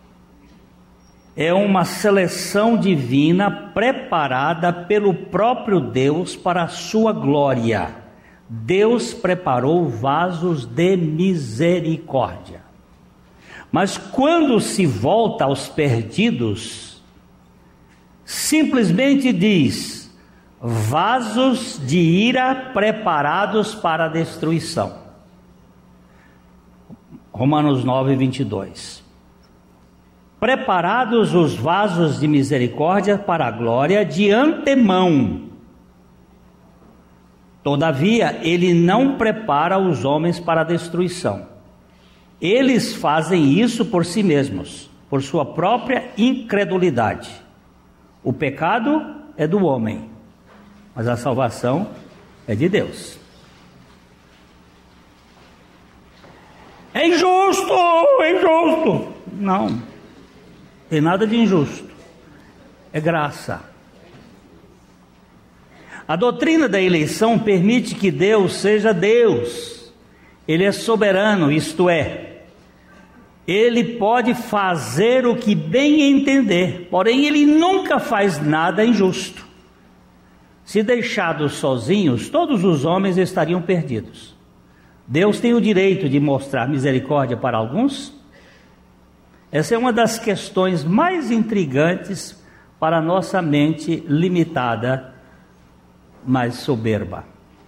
É uma seleção divina preparada pelo próprio Deus para a sua glória. Deus preparou vasos de misericórdia. Mas quando se volta aos perdidos, simplesmente diz: vasos de ira preparados para a destruição. Romanos nove, vinte e dois. Preparados os vasos de misericórdia para a glória de antemão. Todavia, ele não prepara os homens para a destruição. Eles fazem isso por si mesmos, por sua própria incredulidade. O pecado é do homem, mas a salvação é de Deus. É injusto, é injusto. Não, tem nada de injusto. É graça. A doutrina da eleição permite que Deus seja Deus. Ele é soberano, isto é, ele pode fazer o que bem entender, porém ele nunca faz nada injusto. Se deixados sozinhos, todos os homens estariam perdidos. Deus tem o direito de mostrar misericórdia para alguns? Essa é uma das questões mais intrigantes para a nossa mente limitada, mas soberba.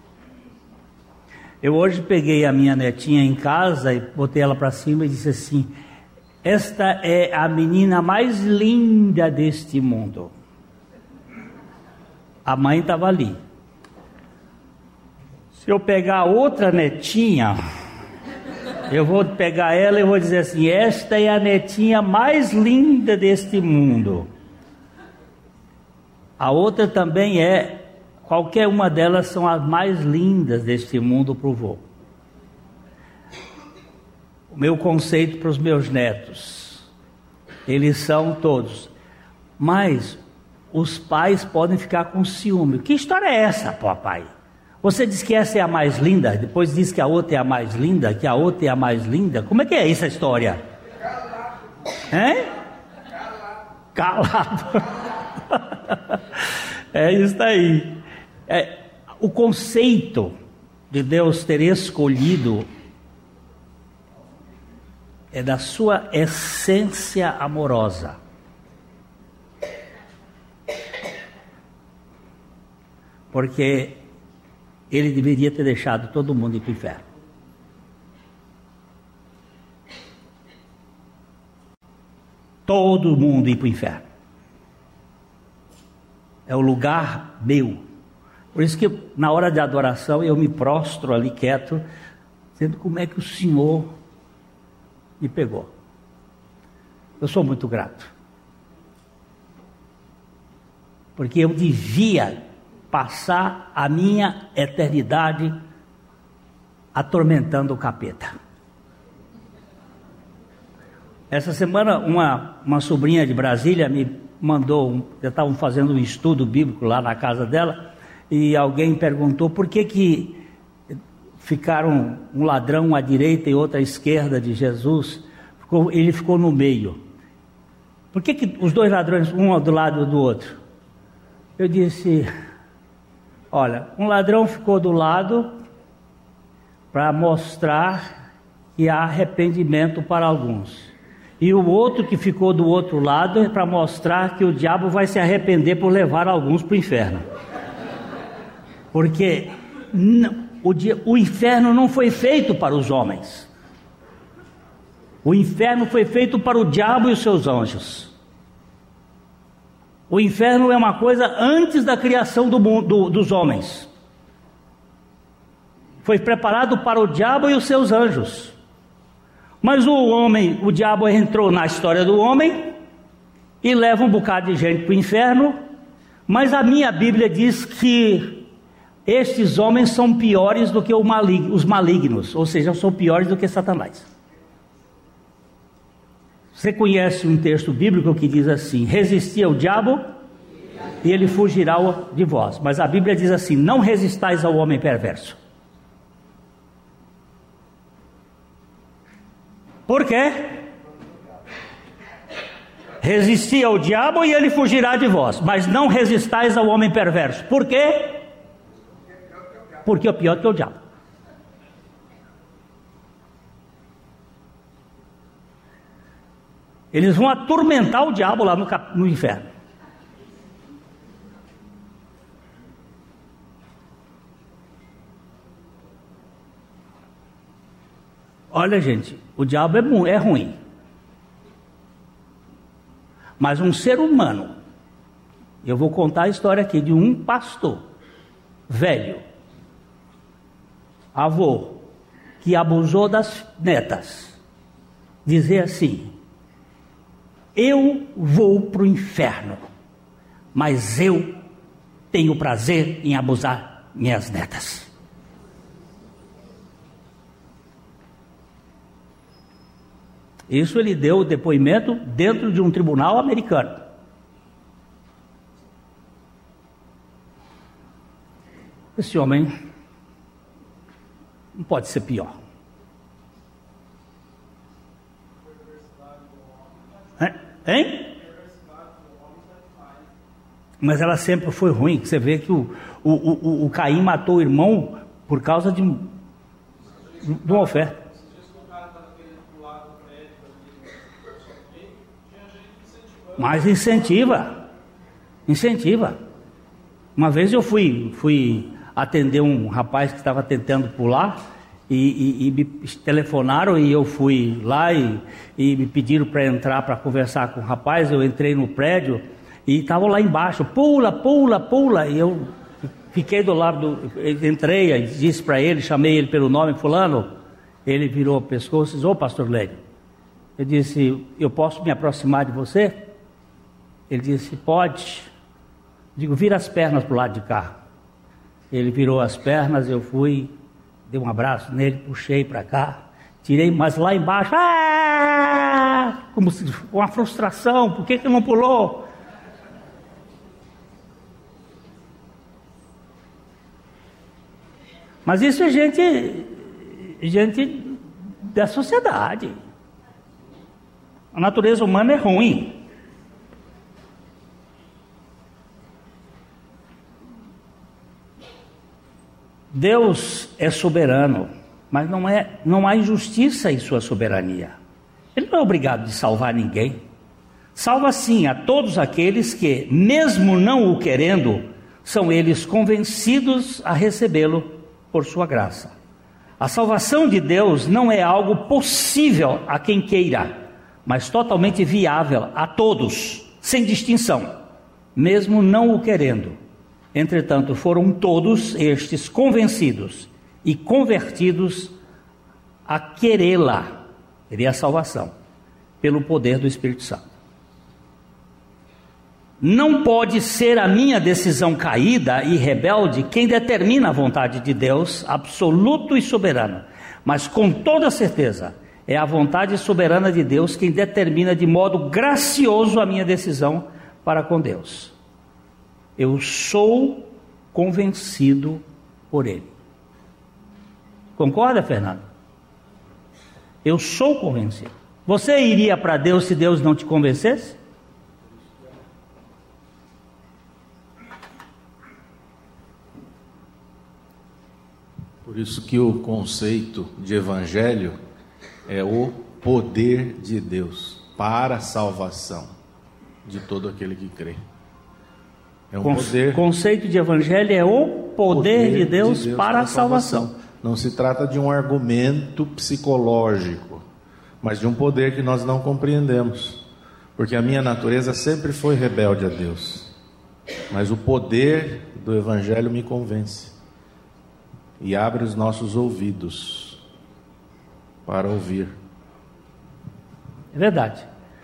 Eu hoje peguei a minha netinha em casa e botei ela para cima e disse assim: esta é a menina mais linda deste mundo. A mãe estava ali. Se eu pegar outra netinha, eu vou pegar ela e vou dizer assim: esta é a netinha mais linda deste mundo. A outra também é. Qualquer uma delas são as mais lindas deste mundo para o vô. O meu conceito para os meus netos: eles são todos. Mas os pais podem ficar com ciúme. Que história é essa, papai? Você diz que essa é a mais linda, depois diz que a outra é a mais linda, que a outra é a mais linda. Como é que é essa história? Hein? Calado. Calado. É isso aí. É, o conceito de Deus ter escolhido é da sua essência amorosa. Porque ele deveria ter deixado todo mundo ir para o inferno. Todo mundo ir para o inferno. É o lugar meu. Por isso que na hora de adoração eu me prostro ali quieto, dizendo como é que o Senhor me pegou. Eu sou muito grato. Porque eu devia passar a minha eternidade atormentando o capeta. Essa semana uma, uma sobrinha de Brasília me mandou, um, já estavam fazendo um estudo bíblico lá na casa dela, e alguém perguntou por que que ficaram um ladrão à direita e outro à esquerda de Jesus, ficou, ele ficou no meio. Por que que os dois ladrões, um do lado do outro? Eu disse, olha, um ladrão ficou do lado para mostrar que há arrependimento para alguns. E o outro que ficou do outro lado é para mostrar que o diabo vai se arrepender por levar alguns para o inferno. Porque não, o, dia, o inferno não foi feito para os homens. O inferno foi feito para o diabo e os seus anjos. O inferno é uma coisa antes da criação do mundo, dos homens. Foi preparado para o diabo e os seus anjos. Mas o homem, o diabo entrou na história do homem e leva um bocado de gente para o inferno. Mas a minha Bíblia diz que estes homens são piores do que os malignos, ou seja, são piores do que Satanás. Você conhece um texto bíblico que diz assim: resisti ao diabo e ele fugirá de vós. Mas a Bíblia diz assim: não resistais ao homem perverso. Por quê? Resisti ao diabo e ele fugirá de vós, mas não resistais ao homem perverso. Por quê? Porque é pior que o diabo. Eles vão atormentar o diabo lá no, no inferno. Olha, gente, o diabo é, é ruim. Mas um ser humano, eu vou contar a história aqui de um pastor velho, avô, que abusou das netas, dizer assim: eu vou para o inferno, mas eu tenho prazer em abusar minhas netas. Isso ele deu o depoimento dentro de um tribunal americano. Esse homem não pode ser pior. Hein? Mas ela sempre foi ruim. Você vê que o, o, o, o Caim matou o irmão por causa de, de uma oferta. Mas incentiva, incentiva. Uma vez eu fui, fui atender um rapaz que estava tentando pular e, e, e me telefonaram e eu fui lá e, e me pediram para entrar para conversar com o rapaz. Eu entrei no prédio e estavam lá embaixo, pula, pula, pula. E eu fiquei do lado, do, entrei e disse para ele, chamei ele pelo nome, fulano. Ele virou o pescoço e disse: ô pastor Lélio, eu disse, eu posso me aproximar de você? Ele disse: pode. Digo, vira as pernas para o lado de cá. Ele virou as pernas, eu fui, dei um abraço nele, puxei para cá, tirei, mas lá embaixo, ah! Como se uma frustração, por que que não pulou? Mas isso é gente, gente da sociedade. A natureza humana é ruim. Deus é soberano, mas não, é, não há injustiça em sua soberania. Ele não é obrigado de salvar ninguém. Salva sim a todos aqueles que, mesmo não o querendo, são eles convencidos a recebê-lo por sua graça. A salvação de Deus não é algo possível a quem queira, mas totalmente viável a todos, sem distinção, mesmo não o querendo. Entretanto, foram todos estes convencidos e convertidos a querê-la, querer a salvação, pelo poder do Espírito Santo. Não pode ser a minha decisão caída e rebelde quem determina a vontade de Deus, absoluto e soberano, mas com toda certeza É a vontade soberana de Deus quem determina de modo gracioso a minha decisão para com Deus. Eu sou convencido por Ele. Concorda, Fernando? Eu sou convencido. Você iria para Deus se Deus não te convencesse? Por isso que o conceito de evangelho é o poder de Deus para a salvação de todo aquele que crê. É um poder. O conceito de evangelho é o poder, poder de, Deus de Deus para a salvação. salvação. Não se trata de um argumento psicológico, mas de um poder que nós não compreendemos, porque a minha natureza sempre foi rebelde a Deus, mas o poder do evangelho me convence e abre os nossos ouvidos para ouvir. É verdade.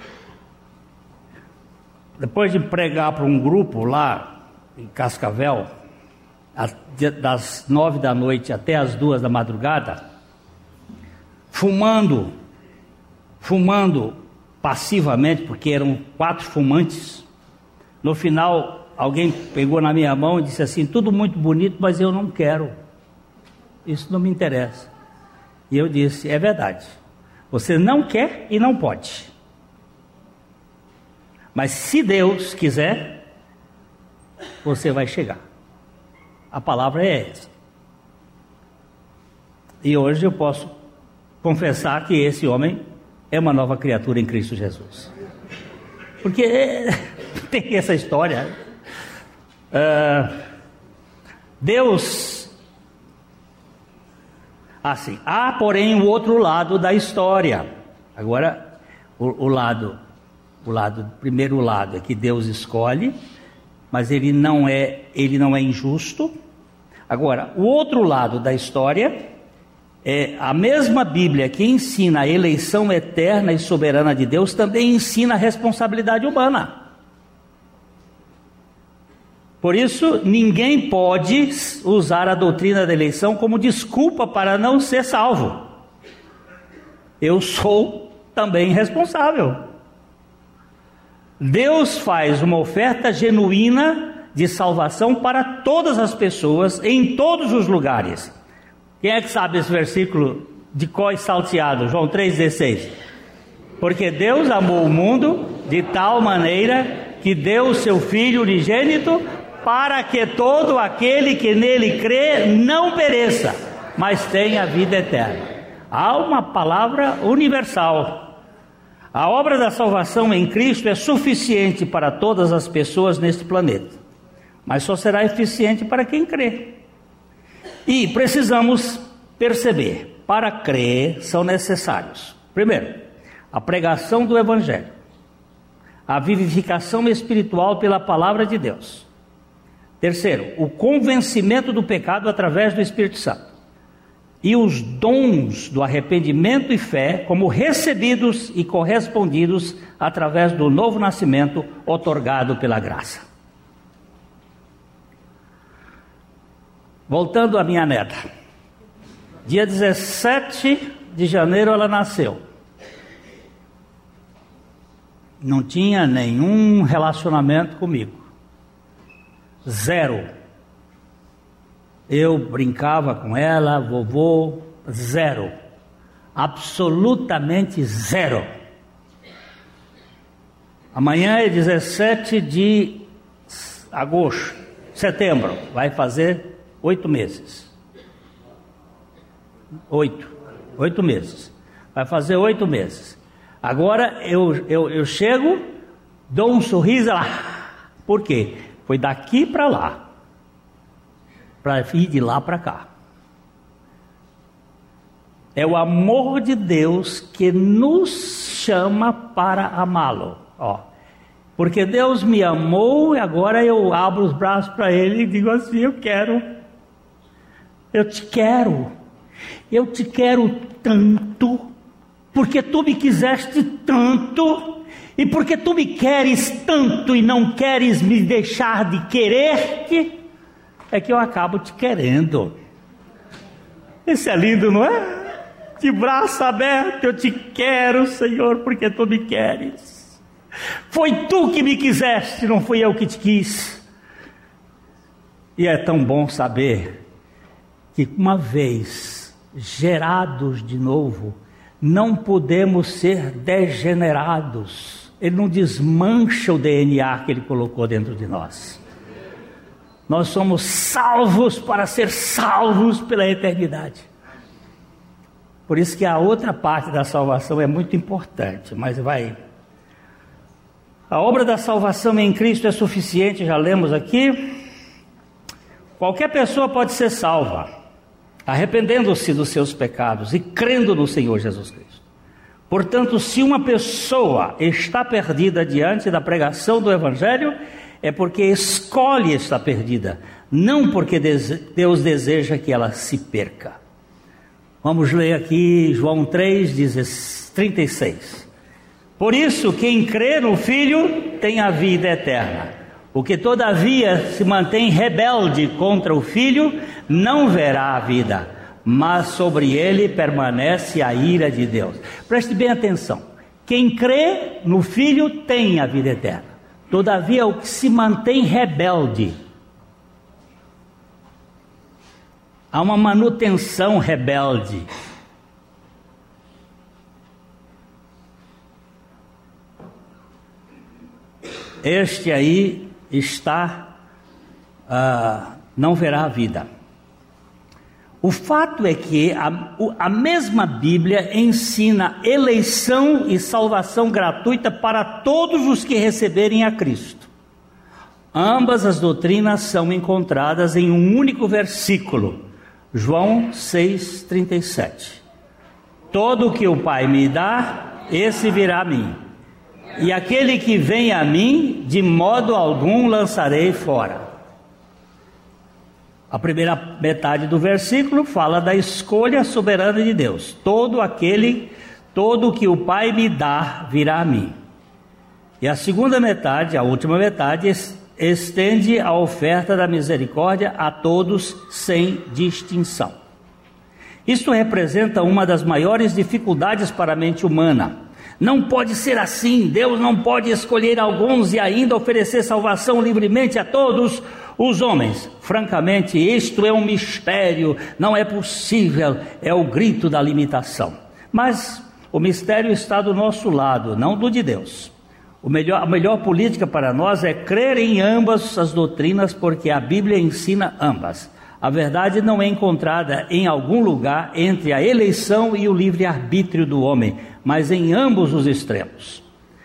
Depois de pregar para um grupo lá em Cascavel, das nove da noite até as duas da madrugada, fumando, fumando passivamente, porque eram quatro fumantes. No final, alguém pegou na minha mão e disse assim: tudo muito bonito, mas eu não quero, isso não me interessa. E eu disse: é verdade, você não quer e não pode, mas se Deus quiser, você vai chegar. A palavra é essa. E hoje eu posso confessar que esse homem é uma nova criatura em Cristo Jesus. Porque tem essa história. Uh, Deus... Assim, há porém o outro lado da história. Agora, o, o lado, o lado, o primeiro lado é que Deus escolhe, mas ele não é, ele não é injusto. Agora, o outro lado da história é a mesma Bíblia que ensina a eleição eterna e soberana de Deus, também ensina a responsabilidade humana. Por isso, ninguém pode usar a doutrina da eleição como desculpa para não ser salvo. Eu sou também responsável. Deus faz uma oferta genuína de salvação para todas as pessoas, em todos os lugares. Quem é que sabe esse versículo de cor salteado? João três dezesseis. Porque Deus amou o mundo de tal maneira que deu o seu Filho unigênito, para que todo aquele que nele crê não pereça, mas tenha vida eterna. Há uma palavra universal. A obra da salvação em Cristo é suficiente para todas as pessoas neste planeta, mas só será eficiente para quem crê. E precisamos perceber, para crer são necessários, primeiro, a pregação do Evangelho, a vivificação espiritual pela palavra de Deus. Terceiro, o convencimento do pecado através do Espírito Santo. E os dons do arrependimento e fé como recebidos e correspondidos através do novo nascimento otorgado pela graça. Voltando à minha neta. Dia dezessete de janeiro ela nasceu. Não tinha nenhum relacionamento comigo. Zero. Eu brincava com ela, vovô, zero. Absolutamente zero. Amanhã é dezessete de agosto, setembro, vai fazer oito meses. Oito. Oito meses. Vai fazer oito meses. Agora eu, eu, eu chego, dou um sorriso lá. Por quê? Foi daqui para lá, para ir de lá para cá. É o amor de Deus que nos chama para amá-lo. Ó, porque Deus me amou e agora eu abro os braços para Ele e digo assim: eu quero, eu te quero, eu te quero tanto, porque tu me quiseste tanto. E porque tu me queres tanto e não queres me deixar de querer-te, é que eu acabo te querendo. Isso é lindo, não é? de braço aberto, eu te quero, Senhor, porque tu me queres. Foi tu que me quiseste, não fui eu que te quis. E é tão bom saber que uma vez gerados de novo, não podemos ser degenerados. Ele não desmancha o D N A que Ele colocou dentro de nós. Nós somos salvos para ser salvos pela eternidade. Por isso que a outra parte da salvação é muito importante, mas vai. A obra da salvação em Cristo é suficiente, já lemos aqui. Qualquer pessoa pode ser salva, arrependendo-se dos seus pecados e crendo no Senhor Jesus Cristo. Portanto, se uma pessoa está perdida diante da pregação do Evangelho, é porque escolhe estar perdida, não porque Deus deseja que ela se perca. Vamos ler aqui João três, trinta e seis. Por isso, quem crê no Filho tem a vida eterna. O que todavia se mantém rebelde contra o Filho não verá a vida, mas sobre ele permanece a ira de Deus. Preste bem atenção. Quem crê no Filho tem a vida eterna. Todavia, o que se mantém rebelde, há uma manutenção rebelde. Este aí está, uh, não verá a vida. O fato é que a, a mesma Bíblia ensina eleição e salvação gratuita para todos os que receberem a Cristo. Ambas as doutrinas são encontradas em um único versículo, João seis, trinta e sete. Todo o que o Pai me dá, esse virá a mim. E aquele que vem a mim, de modo algum lançarei fora. A primeira metade do versículo fala da escolha soberana de Deus. Todo aquele, todo que o Pai me dá, virá a mim. E a segunda metade, a última metade, estende a oferta da misericórdia a todos sem distinção. Isto representa uma das maiores dificuldades para a mente humana. Não pode ser assim. Deus não pode escolher alguns e ainda oferecer salvação livremente a todos os homens. Francamente, isto é um mistério, não é possível, é o grito da limitação. Mas o mistério está do nosso lado, não do de Deus. O melhor, a melhor política para nós é crer em ambas as doutrinas, porque a Bíblia ensina ambas. A verdade não é encontrada em algum lugar entre a eleição e o livre-arbítrio do homem, mas em ambos os extremos.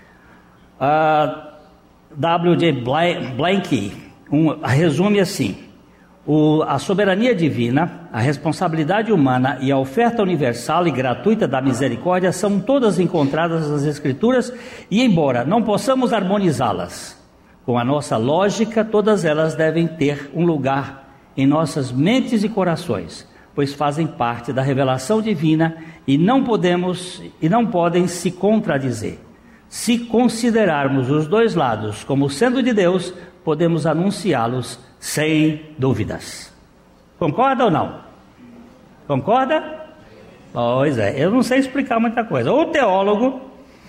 Uh, W J Blanky um, resume assim: o, a soberania divina, a responsabilidade humana e a oferta universal e gratuita da misericórdia são todas encontradas nas Escrituras, e embora não possamos harmonizá-las com a nossa lógica, todas elas devem ter um lugar em nossas mentes e corações, pois fazem parte da revelação divina e não podemos e não podem se contradizer. Se considerarmos os dois lados como sendo de Deus, podemos anunciá-los sem dúvidas. Concorda ou não? Concorda? Pois é, eu não sei explicar muita coisa. O teólogo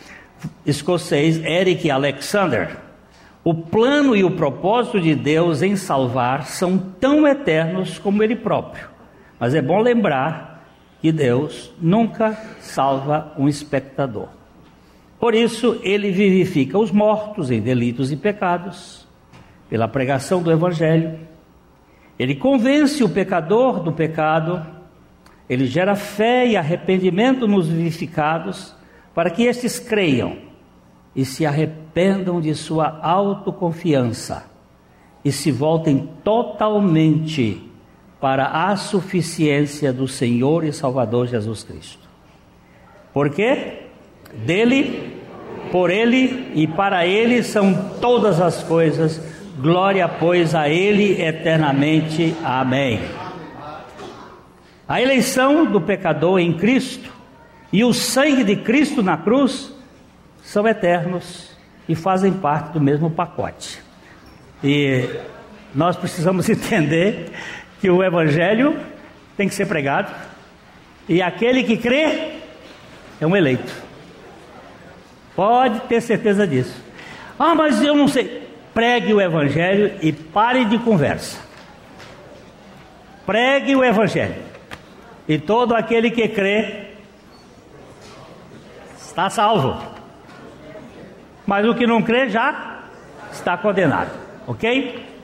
escocês Eric Alexander: o plano e o propósito de Deus em salvar são tão eternos como Ele próprio. Mas é bom lembrar que Deus nunca salva um espectador. Por isso, Ele vivifica os mortos em delitos e pecados, pela pregação do Evangelho. Ele convence o pecador do pecado. Ele gera fé e arrependimento nos vivificados, para que estes creiam e se arrependam de sua autoconfiança e se voltem totalmente para a suficiência do Senhor e Salvador Jesus Cristo. Por quê? Dele, por Ele e para Ele são todas as coisas. Glória, pois, a Ele eternamente. Amém. A eleição do pecador em Cristo e o sangue de Cristo na cruz são eternos e fazem parte do mesmo pacote. E nós precisamos entender que o Evangelho tem que ser pregado, E aquele que crê é um eleito. Pode ter certeza disso. Ah, mas eu não sei. Pregue o Evangelho e pare de conversa. Pregue o Evangelho. E todo aquele que crê está salvo. Mas o que não crê já está condenado. Ok?